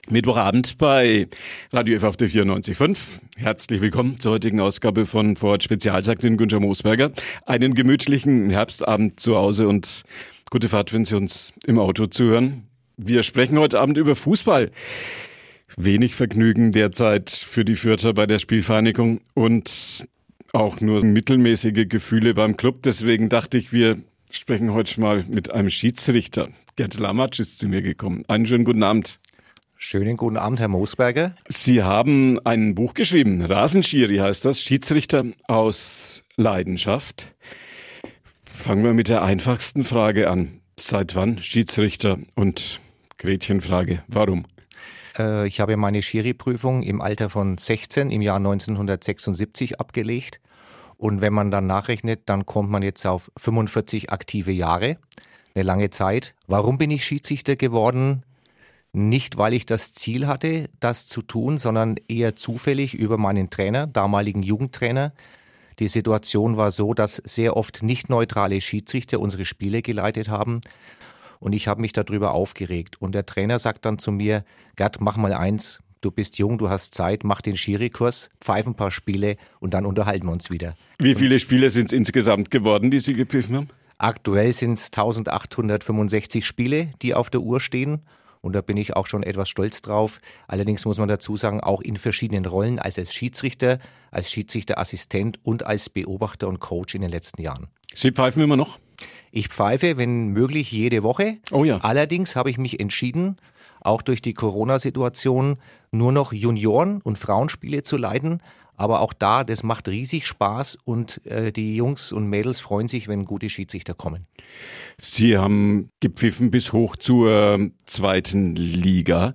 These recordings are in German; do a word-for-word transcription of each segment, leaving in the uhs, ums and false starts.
Mittwochabend bei Radio F auf der vierundneunzig Komma fünf. Herzlich willkommen zur heutigen Ausgabe von Vorort Spezial, sagt Ihnen Günther Moosberger. Einen gemütlichen Herbstabend zu Hause und gute Fahrt, wenn Sie uns im Auto zuhören. Wir sprechen heute Abend über Fußball. Wenig Vergnügen derzeit für die Fürther bei der Spielvereinigung und auch nur mittelmäßige Gefühle beim Club. Deswegen dachte ich, wir sprechen heute mal mit einem Schiedsrichter. Gerd Lamatsch ist zu mir gekommen. Einen schönen guten Abend. Schönen guten Abend, Herr Moosberger. Sie haben ein Buch geschrieben, Rasenschiri heißt das, Schiedsrichter aus Leidenschaft. Fangen wir mit der einfachsten Frage an. Seit wann Schiedsrichter? Und Gretchenfrage, warum? Äh, ich habe meine Schiri-Prüfung im Alter von sechzehn im Jahr neunzehnhundertsechsundsiebzig abgelegt. Und wenn man dann nachrechnet, dann kommt man jetzt auf fünfundvierzig aktive Jahre. Eine lange Zeit. Warum bin ich Schiedsrichter geworden? Nicht, weil ich das Ziel hatte, das zu tun, sondern eher zufällig über meinen Trainer, damaligen Jugendtrainer. Die Situation war so, dass sehr oft nicht neutrale Schiedsrichter unsere Spiele geleitet haben. Und ich habe mich darüber aufgeregt. Und der Trainer sagt dann zu mir, Gerd, mach mal eins, du bist jung, du hast Zeit, mach den Schiri-Kurs, pfeif ein paar Spiele und dann unterhalten wir uns wieder. Wie viele Spiele sind es insgesamt geworden, die Sie gepfiffen haben? Aktuell sind es eintausendachthundertfünfundsechzig Spiele, die auf der Uhr stehen. Und da bin ich auch schon etwas stolz drauf. Allerdings muss man dazu sagen, auch in verschiedenen Rollen, als als Schiedsrichter, als Schiedsrichterassistent und als Beobachter und Coach in den letzten Jahren. Sie pfeifen immer noch? Ich pfeife, wenn möglich, jede Woche. Oh ja. Allerdings habe ich mich entschieden, auch durch die Corona-Situation, nur noch Junioren- und Frauenspiele zu leiten. Aber auch da, das macht riesig Spaß und äh, die Jungs und Mädels freuen sich, wenn gute Schiedsrichter kommen. Sie haben gepfiffen bis hoch zur zweiten Liga.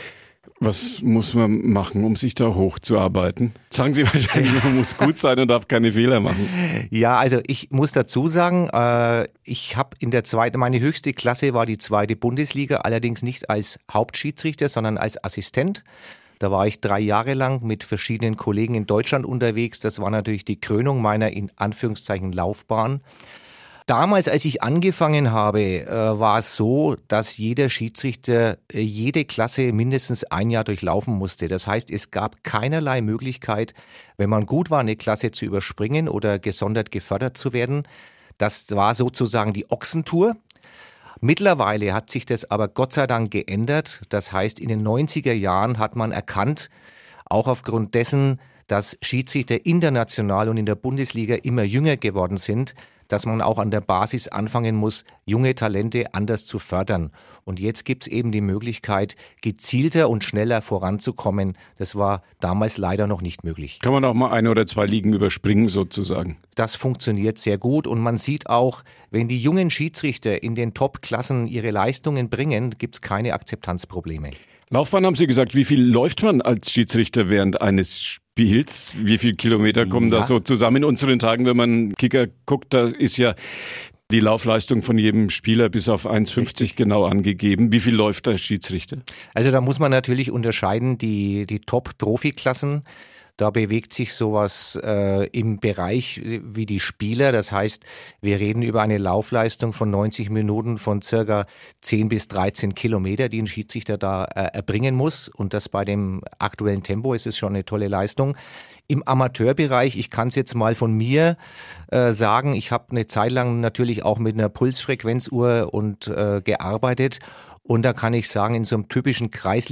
Was muss man machen, um sich da hochzuarbeiten? Sagen Sie wahrscheinlich, man muss gut sein und darf keine Fehler machen. Ja, also ich muss dazu sagen, äh, ich habe in der zweiten, meine höchste Klasse war die zweite Bundesliga, allerdings nicht als Hauptschiedsrichter, sondern als Assistent. Da war ich drei Jahre lang mit verschiedenen Kollegen in Deutschland unterwegs. Das war natürlich die Krönung meiner in Anführungszeichen Laufbahn. Damals, als ich angefangen habe, äh, war es so, dass jeder Schiedsrichter äh, jede Klasse mindestens ein Jahr durchlaufen musste. Das heißt, es gab keinerlei Möglichkeit, wenn man gut war, eine Klasse zu überspringen oder gesondert gefördert zu werden. Das war sozusagen die Ochsentour. Mittlerweile hat sich das aber Gott sei Dank geändert. Das heißt, in den neunziger Jahren hat man erkannt, auch aufgrund dessen, dass Schiedsrichter international und in der Bundesliga immer jünger geworden sind, dass man auch an der Basis anfangen muss, junge Talente anders zu fördern. Und jetzt gibt es eben die Möglichkeit, gezielter und schneller voranzukommen. Das war damals leider noch nicht möglich. Kann man auch mal eine oder zwei Ligen überspringen sozusagen? Das funktioniert sehr gut und man sieht auch, wenn die jungen Schiedsrichter in den Top-Klassen ihre Leistungen bringen, gibt es keine Akzeptanzprobleme. Laufbahn haben Sie gesagt, wie viel läuft man als Schiedsrichter während eines Spiels? Wie viele Kilometer kommen ja. da so zusammen in unseren Tagen, wenn man Kicker guckt, da ist ja die Laufleistung von jedem Spieler bis auf eins fünfzig genau angegeben. Wie viel läuft der Schiedsrichter? Also da muss man natürlich unterscheiden, die, die Top-Profi-Klassen. Da bewegt sich sowas äh, im Bereich wie die Spieler. Das heißt, wir reden über eine Laufleistung von neunzig Minuten von circa zehn bis dreizehn Kilometer, die ein Schiedsrichter da äh, erbringen muss. Und das bei dem aktuellen Tempo ist es schon eine tolle Leistung. Im Amateurbereich, ich kann es jetzt mal von mir äh, sagen, ich habe eine Zeit lang natürlich auch mit einer Pulsfrequenzuhr und äh, gearbeitet. Und da kann ich sagen, in so einem typischen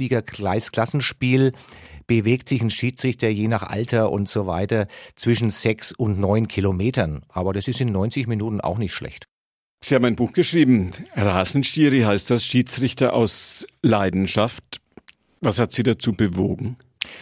Kreisliga-Klassenspiel bewegt sich ein Schiedsrichter je nach Alter und so weiter zwischen sechs und neun Kilometern. Aber das ist in neunzig Minuten auch nicht schlecht. Sie haben ein Buch geschrieben, Rasenschiri heißt das, Schiedsrichter aus Leidenschaft. Was hat Sie dazu bewogen?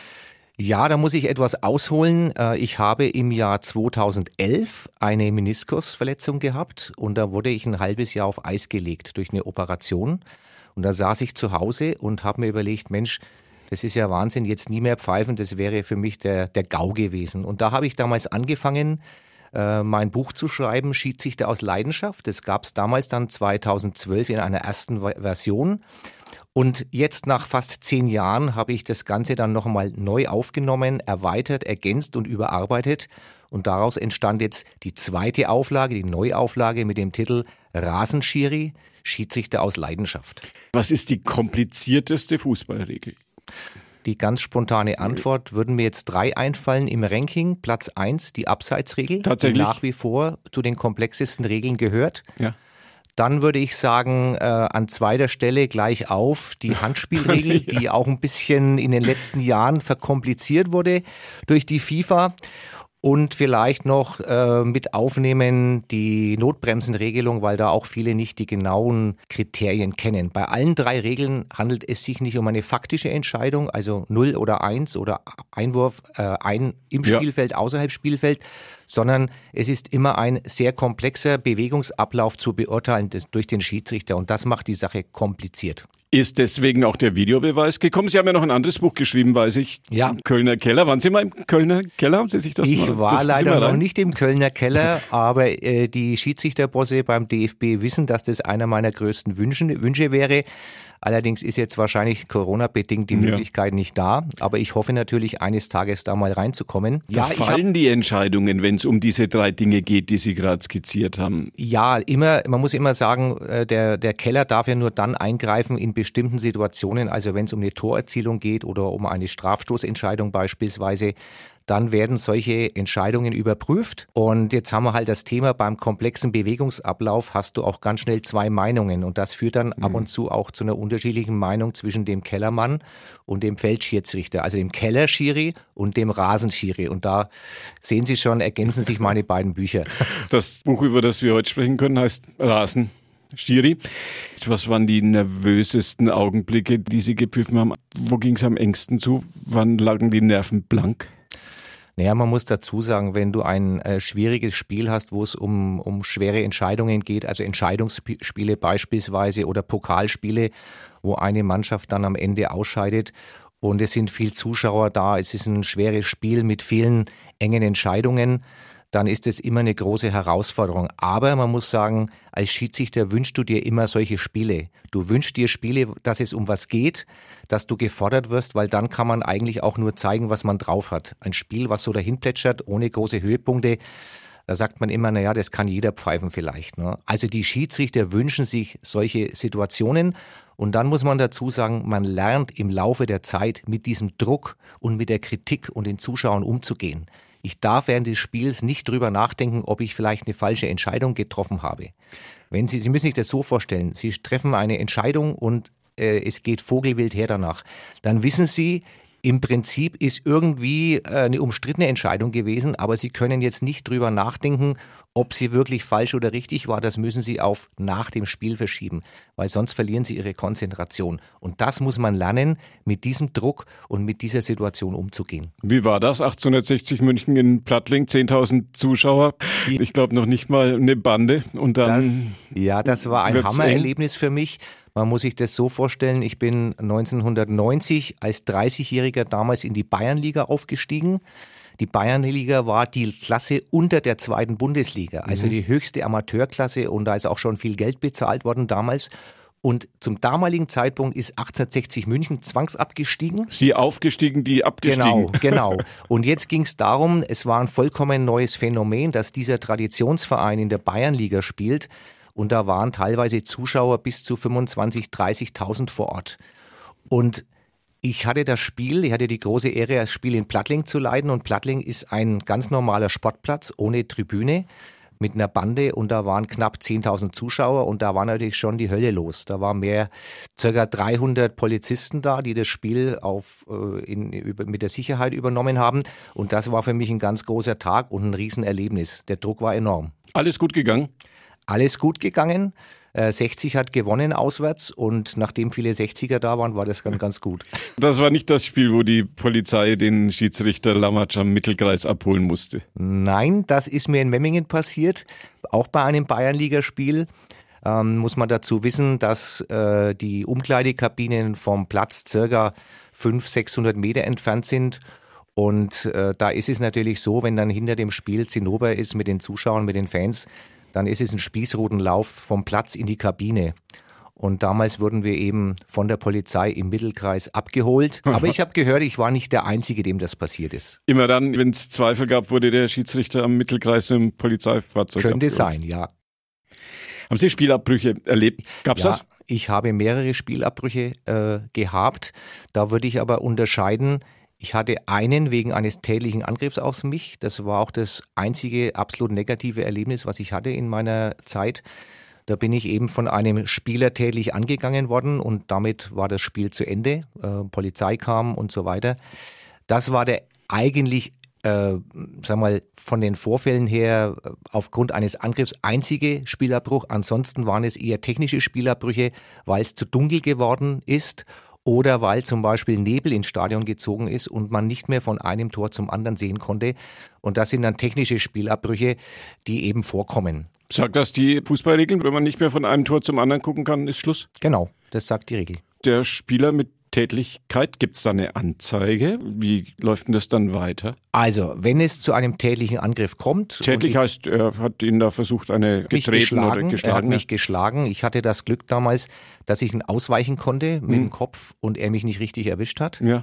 Ja, da muss ich etwas ausholen. Ich habe im Jahr zweitausendelf eine Meniskusverletzung gehabt und da wurde ich ein halbes Jahr auf Eis gelegt durch eine Operation. Und da saß ich zu Hause und habe mir überlegt, Mensch, das ist ja Wahnsinn, jetzt nie mehr pfeifen, das wäre für mich der, der GAU gewesen. Und da habe ich damals angefangen, äh, mein Buch zu schreiben, Schiedsrichter aus Leidenschaft. Das gab es damals dann zweitausendzwölf in einer ersten Version. Und jetzt nach fast zehn Jahren habe ich das Ganze dann nochmal neu aufgenommen, erweitert, ergänzt und überarbeitet. Und daraus entstand jetzt die zweite Auflage, die Neuauflage mit dem Titel Rasenschiri, Schiedsrichter aus Leidenschaft. Was ist die komplizierteste Fußballregel? Die ganz spontane Antwort, würden mir jetzt drei einfallen im Ranking. Platz eins, die Abseitsregel, die nach wie vor zu den komplexesten Regeln gehört. Ja. Dann würde ich sagen, äh, an zweiter Stelle gleich auf die Handspielregel, ja. die auch ein bisschen in den letzten Jahren verkompliziert wurde durch die FIFA. Und vielleicht noch äh, mit aufnehmen die Notbremsenregelung, weil da auch viele nicht die genauen Kriterien kennen. Bei allen drei Regeln handelt es sich nicht um eine faktische Entscheidung, also null oder eins oder Einwurf äh, ein im Spielfeld, ja. außerhalb Spielfeld, sondern es ist immer ein sehr komplexer Bewegungsablauf zu beurteilen durch den Schiedsrichter und das macht die Sache kompliziert. Ist deswegen auch der Videobeweis gekommen? Sie haben ja noch ein anderes Buch geschrieben, weiß ich. Ja. Kölner Keller. Waren Sie mal im Kölner Keller? Haben Sie sich das ich mal, war leider noch nicht im Kölner Keller, aber äh, die Schiedsrichterbosse beim D F B wissen, dass das einer meiner größten Wünsche, Wünsche wäre. Allerdings ist jetzt wahrscheinlich Corona-bedingt die ja. Möglichkeit nicht da. Aber ich hoffe natürlich, eines Tages da mal reinzukommen. Da ja, fallen hab, die Entscheidungen, wenn es um diese drei Dinge geht, die Sie gerade skizziert haben. Ja, immer. Man muss immer sagen, der, der Keller darf ja nur dann eingreifen in bestimmten Situationen. Also wenn es um eine Torerzielung geht oder um eine Strafstoßentscheidung beispielsweise. Dann werden solche Entscheidungen überprüft. Und jetzt haben wir halt das Thema, beim komplexen Bewegungsablauf hast du auch ganz schnell zwei Meinungen. Und das führt dann mhm. ab und zu auch zu einer unterschiedlichen Meinung zwischen dem Kellermann und dem Feldschiedsrichter, also dem Kellerschiri und dem Rasenschiri. Und da sehen Sie schon, ergänzen sich meine beiden Bücher. Das Buch, über das wir heute sprechen können, heißt Rasen. Schiri, was waren die nervösesten Augenblicke, die Sie gepfiffen haben? Wo ging es am engsten zu? Wann lagen die Nerven blank? Naja, man muss dazu sagen, wenn du ein äh, schwieriges Spiel hast, wo es um, um schwere Entscheidungen geht, also Entscheidungsspiele beispielsweise oder Pokalspiele, wo eine Mannschaft dann am Ende ausscheidet und es sind viel Zuschauer da, es ist ein schweres Spiel mit vielen engen Entscheidungen, dann ist es immer eine große Herausforderung. Aber man muss sagen, als Schiedsrichter wünschst du dir immer solche Spiele. Du wünschst dir Spiele, dass es um was geht, dass du gefordert wirst, weil dann kann man eigentlich auch nur zeigen, was man drauf hat. Ein Spiel, was so dahin plätschert, ohne große Höhepunkte, da sagt man immer, naja, das kann jeder pfeifen vielleicht. Ne? Also die Schiedsrichter wünschen sich solche Situationen. Und dann muss man dazu sagen, man lernt im Laufe der Zeit mit diesem Druck und mit der Kritik und den Zuschauern umzugehen. Ich darf während des Spiels nicht drüber nachdenken, ob ich vielleicht eine falsche Entscheidung getroffen habe. Wenn Sie, Sie müssen sich das so vorstellen, Sie treffen eine Entscheidung und äh, es geht vogelwild her danach. Dann wissen Sie, im Prinzip ist irgendwie äh, eine umstrittene Entscheidung gewesen, aber Sie können jetzt nicht drüber nachdenken, ob sie wirklich falsch oder richtig war. Das müssen Sie auf nach dem Spiel verschieben, weil sonst verlieren Sie Ihre Konzentration. Und das muss man lernen, mit diesem Druck und mit dieser Situation umzugehen. Wie war das? achtzehnhundertsechzig München in Plattling, zehntausend Zuschauer. Ich glaube noch nicht mal eine Bande. Und dann das, ja, das war ein Hammererlebnis für mich. Man muss sich das so vorstellen, ich bin neunzehnhundertneunzig als dreißigjähriger damals in die Bayernliga aufgestiegen. Die Bayernliga war die Klasse unter der zweiten Bundesliga, also die höchste Amateurklasse und da ist auch schon viel Geld bezahlt worden damals. Und zum damaligen Zeitpunkt ist achtzehnhundertsechzig München zwangsabgestiegen. Sie aufgestiegen, die abgestiegen. Genau, genau. Und jetzt ging es darum, es war ein vollkommen neues Phänomen, dass dieser Traditionsverein in der Bayernliga spielt. Und da waren teilweise Zuschauer bis zu fünfundzwanzigtausend, dreißigtausend vor Ort. Und ich hatte das Spiel, ich hatte die große Ehre, das Spiel in Plattling zu leiten. Und Plattling ist ein ganz normaler Sportplatz ohne Tribüne mit einer Bande. Und da waren knapp zehntausend Zuschauer und da war natürlich schon die Hölle los. Da waren mehr, circa dreihundert Polizisten da, die das Spiel auf, in, über, mit der Sicherheit übernommen haben. Und das war für mich ein ganz großer Tag und ein Riesenerlebnis. Der Druck war enorm. Alles gut gegangen? Alles gut gegangen. sechzig hat gewonnen auswärts und nachdem viele sechziger da waren, war das ganz, ganz gut. Das war nicht das Spiel, wo die Polizei den Schiedsrichter Lamatsch am Mittelkreis abholen musste? Nein, das ist mir in Memmingen passiert, auch bei einem Bayernligaspiel. Ähm, muss man dazu wissen, dass äh, die Umkleidekabinen vom Platz circa fünfhundert, sechshundert Meter entfernt sind. Und äh, da ist es natürlich so, wenn dann hinter dem Spiel Zinnober ist mit den Zuschauern, mit den Fans, dann ist es ein Spießrutenlauf vom Platz in die Kabine. Und damals wurden wir eben von der Polizei im Mittelkreis abgeholt. Aber ich habe gehört, ich war nicht der Einzige, dem das passiert ist. Immer dann, wenn es Zweifel gab, wurde der Schiedsrichter am Mittelkreis mit dem Polizeifahrzeug Könnte abgeholt. sein, ja. Haben Sie Spielabbrüche erlebt? Gab's ja, das? ich habe mehrere Spielabbrüche äh, gehabt. Da würde ich aber unterscheiden. Ich hatte einen wegen eines tätlichen Angriffs auf mich. Das war auch das einzige absolut negative Erlebnis, was ich hatte in meiner Zeit. Da bin ich eben von einem Spieler tätlich angegangen worden und damit war das Spiel zu Ende. Äh, Polizei kam und so weiter. Das war der eigentlich, äh, sag mal, von den Vorfällen her aufgrund eines Angriffs einzige Spielabbruch. Ansonsten waren es eher technische Spielabbrüche, weil es zu dunkel geworden ist. Oder weil zum Beispiel Nebel ins Stadion gezogen ist und man nicht mehr von einem Tor zum anderen sehen konnte. Und das sind dann technische Spielabbrüche, die eben vorkommen. Sagt das die Fußballregeln? Wenn man nicht mehr von einem Tor zum anderen gucken kann, ist Schluss? Genau, das sagt die Regel. Der Spieler mit Tätlichkeit, gibt es da eine Anzeige? Wie läuft denn das dann weiter? Also, wenn es zu einem tätlichen Angriff kommt. Tätlich heißt, er hat ihn da versucht, eine getreten geschlagen, oder geschlagen. Er hat mich geschlagen. Ich hatte das Glück damals, dass ich ihn ausweichen konnte mit hm. dem Kopf und er mich nicht richtig erwischt hat. Ja.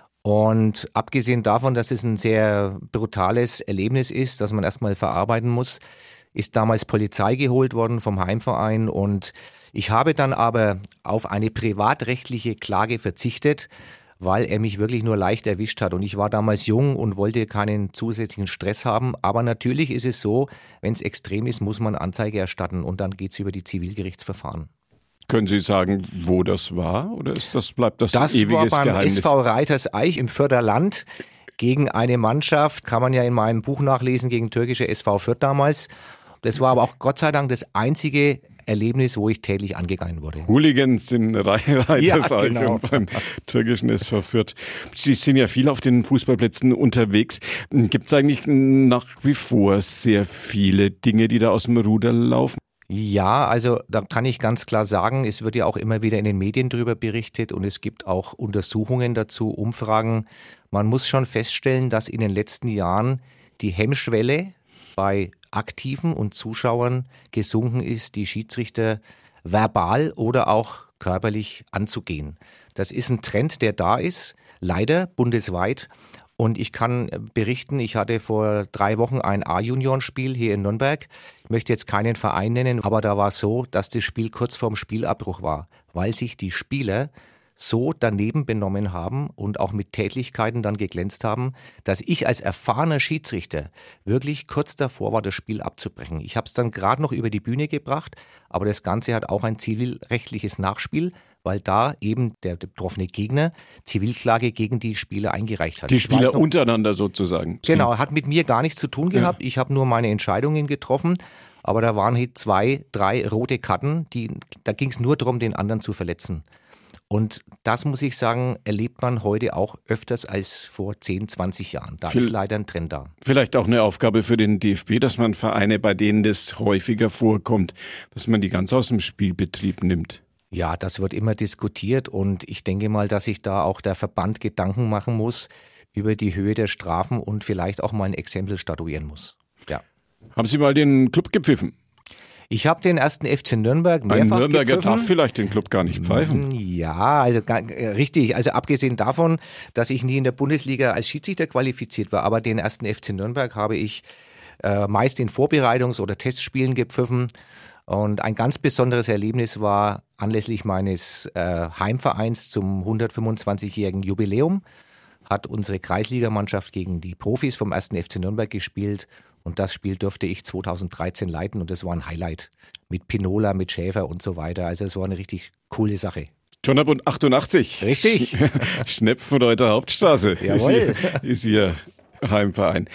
Und abgesehen davon, dass es ein sehr brutales Erlebnis ist, das man erstmal verarbeiten muss, ist damals Polizei geholt worden vom Heimverein und ich habe dann aber auf eine privatrechtliche Klage verzichtet, weil er mich wirklich nur leicht erwischt hat. Und ich war damals jung und wollte keinen zusätzlichen Stress haben. Aber natürlich ist es so, wenn es extrem ist, muss man Anzeige erstatten und dann geht es über die Zivilgerichtsverfahren. Können Sie sagen, wo das war oder ist das, bleibt das, das ewiges Geheimnis? Das war beim Geheimnis? S V Reiterseich im Förderland gegen eine Mannschaft, kann man ja in meinem Buch nachlesen, gegen türkische S V Fürth damals. Das war aber auch Gott sei Dank das einzige Erlebnis, wo ich tätlich angegangen wurde. Hooligans in Reiterseich ja, genau. und beim türkischen S V Fürth. Sie sind ja viel auf den Fußballplätzen unterwegs. Gibt es eigentlich nach wie vor sehr viele Dinge, die da aus dem Ruder laufen? Ja, also da kann ich ganz klar sagen, es wird ja auch immer wieder in den Medien darüber berichtet und es gibt auch Untersuchungen dazu, Umfragen. Man muss schon feststellen, dass in den letzten Jahren die Hemmschwelle bei Aktiven und Zuschauern gesunken ist, die Schiedsrichter verbal oder auch körperlich anzugehen. Das ist ein Trend, der da ist, leider bundesweit. Und ich kann berichten, ich hatte vor drei Wochen ein A-Juniorenspiel hier in Nürnberg. Ich möchte jetzt keinen Verein nennen, aber da war es so, dass das Spiel kurz vorm Spielabbruch war, weil sich die Spieler so daneben benommen haben und auch mit Tätlichkeiten dann geglänzt haben, dass ich als erfahrener Schiedsrichter wirklich kurz davor war, das Spiel abzubrechen. Ich habe es dann gerade noch über die Bühne gebracht, aber das Ganze hat auch ein zivilrechtliches Nachspiel, weil da eben der betroffene Gegner Zivilklage gegen die Spieler eingereicht hat. Die Spieler noch, untereinander sozusagen. Genau, hat mit mir gar nichts zu tun gehabt. Ja. Ich habe nur meine Entscheidungen getroffen. Aber da waren hier zwei, drei rote Karten, die, da ging es nur darum, den anderen zu verletzen. Und das, muss ich sagen, erlebt man heute auch öfters als vor zehn, zwanzig Jahren. Da ist leider ein Trend da. Vielleicht auch eine Aufgabe für den D F B, dass man Vereine, bei denen das häufiger vorkommt, dass man die ganz aus dem Spielbetrieb nimmt. Ja, das wird immer diskutiert und ich denke mal, dass sich da auch der Verband Gedanken machen muss über die Höhe der Strafen und vielleicht auch mal ein Exempel statuieren muss. Ja. Haben Sie mal den Club gepfiffen? Ich habe den ersten F C Nürnberg mehrfach Ein Nürnberger gepfiffen. darf vielleicht den Club gar nicht pfeifen. Ja, also richtig. Also abgesehen davon, dass ich nie in der Bundesliga als Schiedsrichter qualifiziert war, aber den ersten F C Nürnberg habe ich äh, meist in Vorbereitungs- oder Testspielen gepfiffen. Und ein ganz besonderes Erlebnis war anlässlich meines äh, Heimvereins zum hundertfünfundzwanzigjährigen Jubiläum, hat unsere Kreisligamannschaft gegen die Profis vom ersten F C Nürnberg gespielt. Und das Spiel durfte ich zweitausenddreizehn leiten und das war ein Highlight. Mit Pinola, mit Schäfer und so weiter. Also es war eine richtig coole Sache. Johnabund achtundachtzig. Richtig. Schnepfenreuther Hauptstraße ist ihr, ist ihr Heimverein.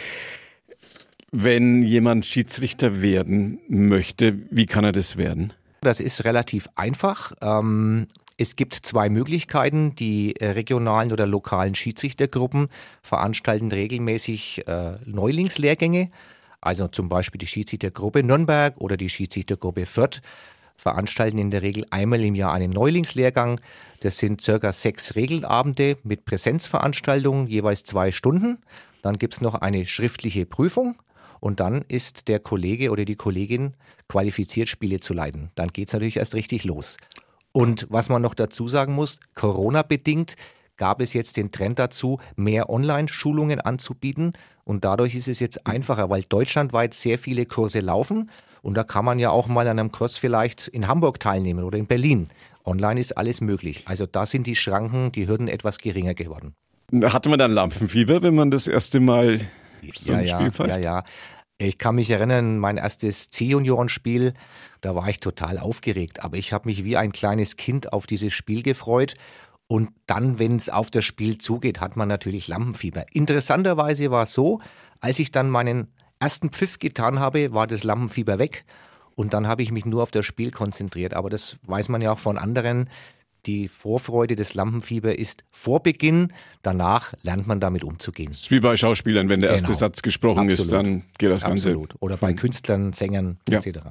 Wenn jemand Schiedsrichter werden möchte, wie kann er das werden? Das ist relativ einfach. Es gibt zwei Möglichkeiten. Die regionalen oder lokalen Schiedsrichtergruppen veranstalten regelmäßig Neulingslehrgänge. Also zum Beispiel die Schiedsrichtergruppe Nürnberg oder die Schiedsrichtergruppe Fürth veranstalten in der Regel einmal im Jahr einen Neulingslehrgang. Das sind circa sechs Regelabende mit Präsenzveranstaltungen, jeweils zwei Stunden. Dann gibt es noch eine schriftliche Prüfung und dann ist der Kollege oder die Kollegin qualifiziert, Spiele zu leiten. Dann geht es natürlich erst richtig los. Und was man noch dazu sagen muss, Corona-bedingt gab es jetzt den Trend dazu, mehr Online-Schulungen anzubieten. Und dadurch ist es jetzt einfacher, weil deutschlandweit sehr viele Kurse laufen. Und da kann man ja auch mal an einem Kurs vielleicht in Hamburg teilnehmen oder in Berlin. Online ist alles möglich. Also da sind die Schranken, die Hürden etwas geringer geworden. Hatte man dann Lampenfieber, wenn man das erste Mal so ja, ein ja, Spiel pfeift? Ja, ja. Ich kann mich erinnern, mein erstes C-Juniorenspiel, da war ich total aufgeregt. Aber ich habe mich wie ein kleines Kind auf dieses Spiel gefreut. Und dann, wenn es auf das Spiel zugeht, hat man natürlich Lampenfieber. Interessanterweise war es so, als ich dann meinen ersten Pfiff getan habe, war das Lampenfieber weg. Und dann habe ich mich nur auf das Spiel konzentriert. Aber das weiß man ja auch von anderen. Die Vorfreude des Lampenfieber ist vor Beginn, danach lernt man damit umzugehen. Das ist wie bei Schauspielern, wenn der erste Genau. Satz gesprochen Absolut. ist, dann geht das Ganze. Absolut. Oder bei Künstlern, Sängern Ja. et cetera.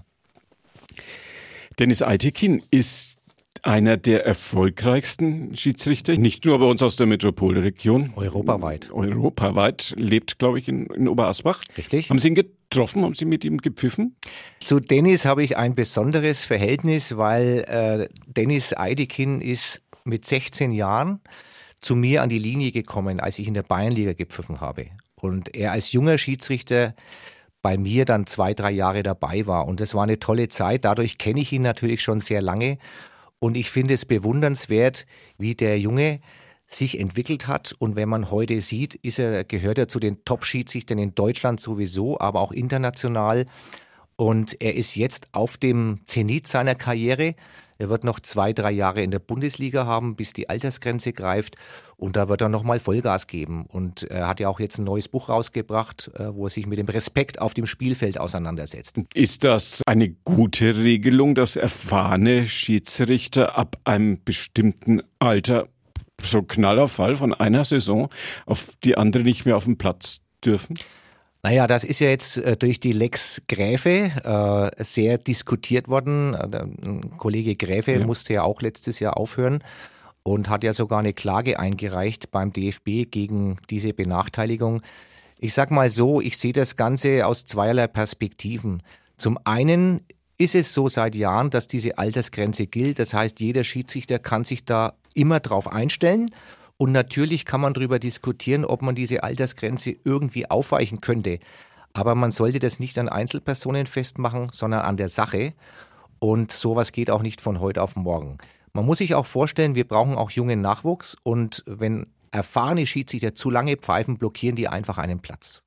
Dennis Aytekin ist einer der erfolgreichsten Schiedsrichter, nicht nur bei uns aus der Metropolregion. Europaweit. Europaweit, lebt, glaube ich, in, in Oberasbach. Richtig. Haben Sie ihn getroffen? Haben Sie mit ihm gepfiffen? Zu Dennis habe ich ein besonderes Verhältnis, weil äh, Dennis Aytekin ist mit sechzehn Jahren zu mir an die Linie gekommen, als ich in der Bayernliga gepfiffen habe. Und er als junger Schiedsrichter bei mir dann zwei, drei Jahre dabei war. Und das war eine tolle Zeit. Dadurch kenne ich ihn natürlich schon sehr lange. Und ich finde es bewundernswert, wie der Junge sich entwickelt hat. Und wenn man heute sieht, ist er, gehört er zu den Top-Schiedsrichtern in Deutschland sowieso, aber auch international. Und er ist jetzt auf dem Zenit seiner Karriere. Er wird noch zwei, drei Jahre in der Bundesliga haben, bis die Altersgrenze greift. Und da wird er nochmal Vollgas geben. Und er hat ja auch jetzt ein neues Buch rausgebracht, wo er sich mit dem Respekt auf dem Spielfeld auseinandersetzt. Ist das eine gute Regelung, dass erfahrene Schiedsrichter ab einem bestimmten Alter so Knallerfall von einer Saison auf die andere nicht mehr auf dem Platz dürfen? Naja, das ist ja jetzt äh, durch die Lex Gräfe äh, sehr diskutiert worden. Der Kollege Gräfe ja. musste ja auch letztes Jahr aufhören und hat ja sogar eine Klage eingereicht beim D F B gegen diese Benachteiligung. Ich sag mal so, ich sehe das Ganze aus zweierlei Perspektiven. Zum einen ist es so seit Jahren, dass diese Altersgrenze gilt. Das heißt, jeder Schiedsrichter kann sich da immer drauf einstellen. Und natürlich kann man darüber diskutieren, ob man diese Altersgrenze irgendwie aufweichen könnte. Aber man sollte das nicht an Einzelpersonen festmachen, sondern an der Sache. Und sowas geht auch nicht von heute auf morgen. Man muss sich auch vorstellen, wir brauchen auch jungen Nachwuchs. Und wenn erfahrene Schiedsrichter zu lange pfeifen, blockieren die einfach einen Platz.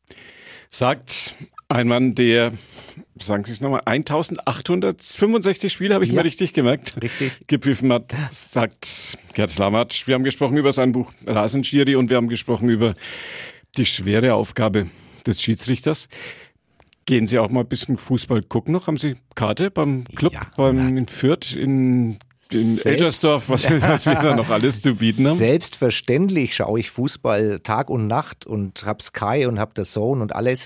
Sagt ein Mann, der, sagen Sie es nochmal, eintausendachthundertfünfundsechzig Spiele, habe ich Ja, mir richtig gemerkt, richtig. gepfiffen hat, sagt Gerd Lamatsch. Wir haben gesprochen über sein Buch Rasenschiri und wir haben gesprochen über die schwere Aufgabe des Schiedsrichters. Gehen Sie auch mal ein bisschen Fußball gucken noch? Haben Sie Karte beim Club, Ja, beim in Fürth, in in Eltersdorf, was, was wir da noch alles zu bieten haben? Selbstverständlich schaue ich Fußball Tag und Nacht und habe Sky und habe The Zone und alles.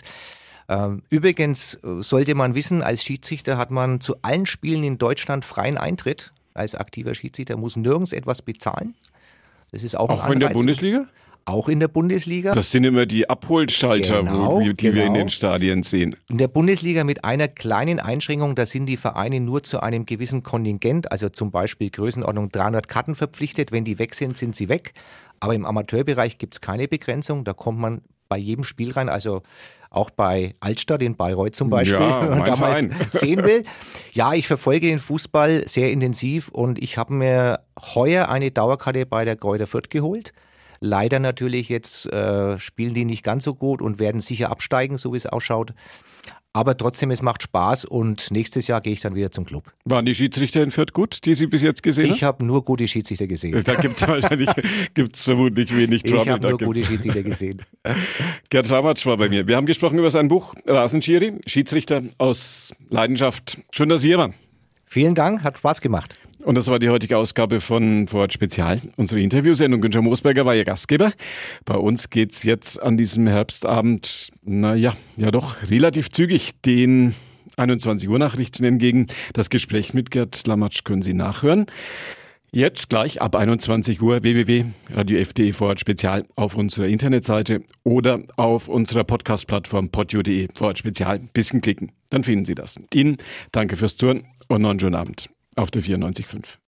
Übrigens sollte man wissen, als Schiedsrichter hat man zu allen Spielen in Deutschland freien Eintritt. Als aktiver Schiedsrichter muss nirgends etwas bezahlen. Das ist auch, Auch ein in der Anreiz. Bundesliga? Auch in der Bundesliga. Das sind immer die Abholschalter, Genau, wo, die genau. wir in den Stadien sehen. In der Bundesliga mit einer kleinen Einschränkung, da sind die Vereine nur zu einem gewissen Kontingent, also zum Beispiel Größenordnung dreihundert Karten verpflichtet. Wenn die weg sind, sind sie weg. Aber im Amateurbereich gibt es keine Begrenzung. Da kommt man bei jedem Spiel rein, also auch bei Altstadt in Bayreuth zum Beispiel, Ja, wenn man mein da mal Verein. sehen will. Ja, ich verfolge den Fußball sehr intensiv und ich habe mir heuer eine Dauerkarte bei der Greuther Fürth geholt. Leider natürlich jetzt äh, spielen die nicht ganz so gut und werden sicher absteigen, so wie es ausschaut. Aber trotzdem, es macht Spaß und nächstes Jahr gehe ich dann wieder zum Club. Waren die Schiedsrichter in Fürth gut, die Sie bis jetzt gesehen Ich habe nur gute Schiedsrichter gesehen. haben? Da gibt es wahrscheinlich gibt's vermutlich wenig Ich Trouble. habe Da nur gibt's- gute Schiedsrichter gesehen. Gerd Lamatsch war bei mir. Wir haben gesprochen über sein Buch Rasenschiri, Schiedsrichter aus Leidenschaft. Schön, dass Sie hier waren. Vielen Dank, hat Spaß gemacht. Und das war die heutige Ausgabe von Vorort Spezial, unsere Interviewsendung. Günther Moosberger war Ihr Gastgeber. Bei uns geht's jetzt an diesem Herbstabend, naja, ja doch, relativ zügig den einundzwanzig Uhr Nachrichten entgegen. Das Gespräch mit Gerd Lamatsch können Sie nachhören. Jetzt gleich ab einundzwanzig Uhr w w w punkt radio f punkt d e Vorort Spezial auf unserer Internetseite oder auf unserer Podcast-Plattform podio punkt de Vorort Spezial. Bisschen klicken, dann finden Sie das. Ihnen danke fürs Zuhören und noch einen schönen Abend auf der vierundneunzig Komma fünf.